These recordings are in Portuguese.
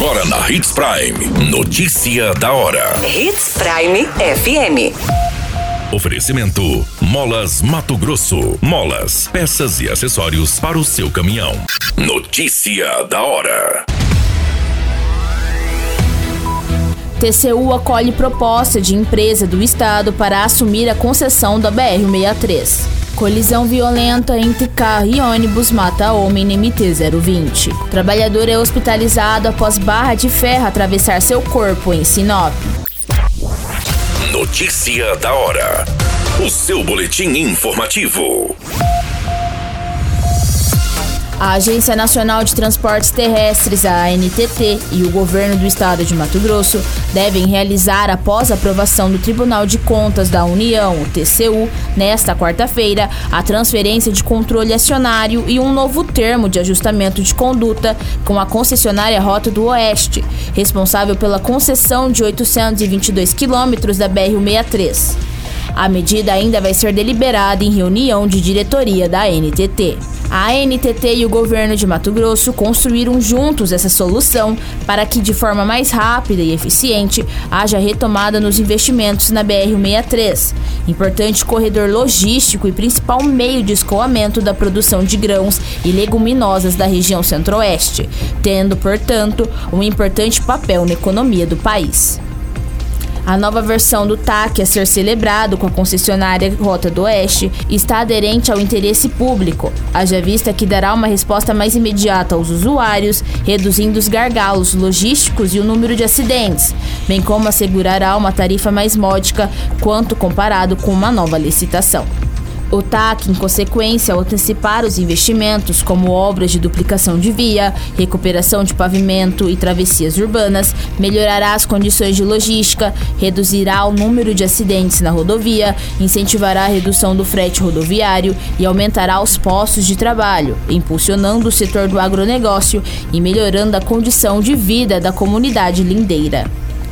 Agora na Hits Prime. Notícia da hora. Hits Prime FM. Oferecimento: Molas Mato Grosso. Molas, peças e acessórios para o seu caminhão. Notícia da hora. TCU acolhe proposta de empresa do estado para assumir a concessão da BR-163. Colisão violenta entre carro e ônibus mata homem na MT-020. Trabalhador é hospitalizado após barra de ferro atravessar seu corpo em Sinop. Notícia da hora. O seu boletim informativo. A Agência Nacional de Transportes Terrestres, a ANTT, e o governo do estado de Mato Grosso devem realizar, após a aprovação do Tribunal de Contas da União, o TCU, nesta quarta-feira, a transferência de controle acionário e um novo termo de ajustamento de conduta com a concessionária Rota do Oeste, responsável pela concessão de 822 quilômetros da BR-163. A medida ainda vai ser deliberada em reunião de diretoria da ANTT. A ANTT e o governo de Mato Grosso construíram juntos essa solução para que, de forma mais rápida e eficiente, haja retomada nos investimentos na BR-163, importante corredor logístico e principal meio de escoamento da produção de grãos e leguminosas da região centro-oeste, tendo, portanto, um importante papel na economia do país. A nova versão do TAC a ser celebrado com a concessionária Rota do Oeste está aderente ao interesse público, haja vista que dará uma resposta mais imediata aos usuários, reduzindo os gargalos logísticos e o número de acidentes, bem como assegurará uma tarifa mais módica quanto comparado com uma nova licitação. O TAC, em consequência, ao antecipar os investimentos, como obras de duplicação de via, recuperação de pavimento e travessias urbanas, melhorará as condições de logística, reduzirá o número de acidentes na rodovia, incentivará a redução do frete rodoviário e aumentará os postos de trabalho, impulsionando o setor do agronegócio e melhorando a condição de vida da comunidade lindeira.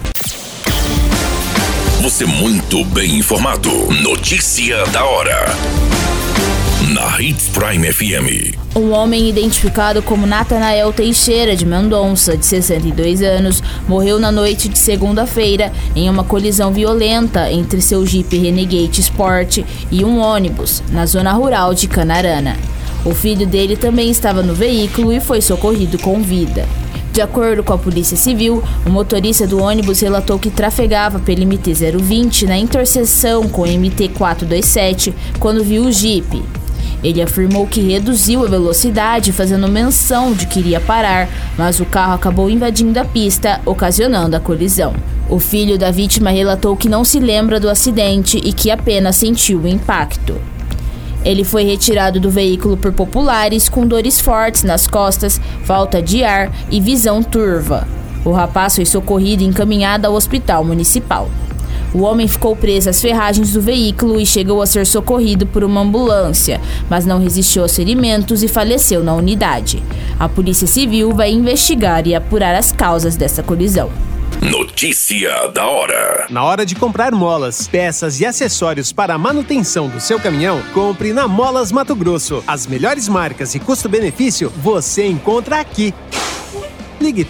Você muito bem informado. Notícia da hora. Na Hits Prime FM. Um homem identificado como Natanael Teixeira de Mendonça, de 62 anos, morreu na noite de segunda-feira em uma colisão violenta entre seu Jeep Renegade Sport e um ônibus, na zona rural de Canarana. O filho dele também estava no veículo e foi socorrido com vida. De acordo com a Polícia Civil, o motorista do ônibus relatou que trafegava pelo MT-020 na interseção com o MT-427 quando viu o Jeep. Ele afirmou que reduziu a velocidade, fazendo menção de que iria parar, mas o carro acabou invadindo a pista, ocasionando a colisão. O filho da vítima relatou que não se lembra do acidente e que apenas sentiu o impacto. Ele foi retirado do veículo por populares com dores fortes nas costas, falta de ar e visão turva. O rapaz foi socorrido e encaminhado ao hospital municipal. O homem ficou preso às ferragens do veículo e chegou a ser socorrido por uma ambulância, mas não resistiu aos ferimentos e faleceu na unidade. A Polícia Civil vai investigar e apurar as causas dessa colisão. Notícia da hora. Na hora de comprar molas, peças e acessórios para a manutenção do seu caminhão, compre na Molas Mato Grosso. As melhores marcas e custo-benefício você encontra aqui. Ligue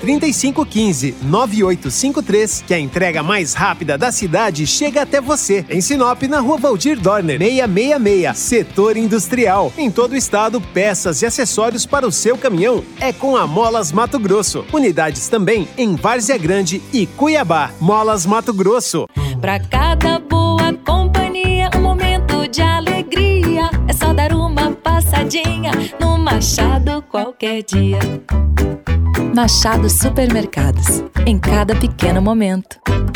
3515-9853, que a entrega mais rápida da cidade chega até você. Em Sinop, na Rua Valdir Dorner, 666, Setor Industrial. Em todo o estado, peças e acessórios para o seu caminhão é com a Molas Mato Grosso. Unidades também em Várzea Grande e Cuiabá. Molas Mato Grosso. Pra cada boa companhia, um momento de alegria. É só dar uma passadinha no Machado qualquer dia. Machado Supermercados, em cada pequeno momento.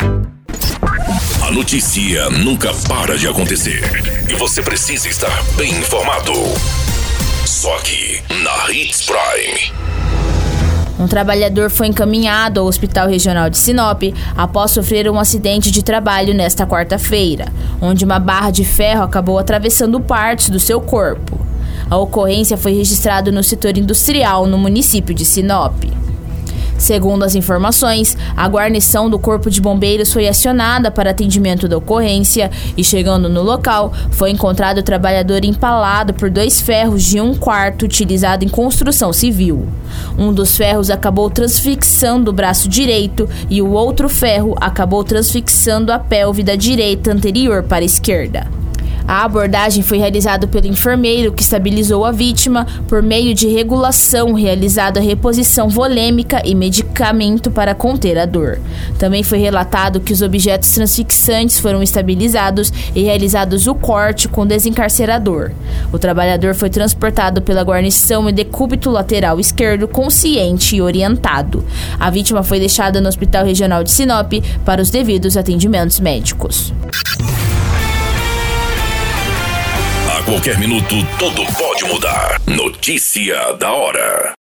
A notícia nunca para de acontecer e você precisa estar bem informado. Só aqui na Hits Prime. Um trabalhador foi encaminhado ao Hospital Regional de Sinop após sofrer um acidente de trabalho nesta quarta-feira, onde uma barra de ferro acabou atravessando partes do seu corpo. A ocorrência foi registrada no setor industrial no município de Sinop. Segundo as informações, a guarnição do Corpo de Bombeiros foi acionada para atendimento da ocorrência e, chegando no local, foi encontrado o trabalhador empalado por 2 ferros de 1/4 utilizado em construção civil. Um dos ferros acabou transfixando o braço direito e o outro ferro acabou transfixando a pelve da direita anterior para a esquerda. A abordagem foi realizada pelo enfermeiro que estabilizou a vítima por meio de regulação, realizada a reposição volêmica e medicamento para conter a dor. Também foi relatado que os objetos transfixantes foram estabilizados e realizados o corte com desencarcerador. O trabalhador foi transportado pela guarnição em decúbito lateral esquerdo, consciente e orientado. A vítima foi deixada no Hospital Regional de Sinop para os devidos atendimentos médicos. A qualquer minuto, tudo pode mudar. Notícia da hora.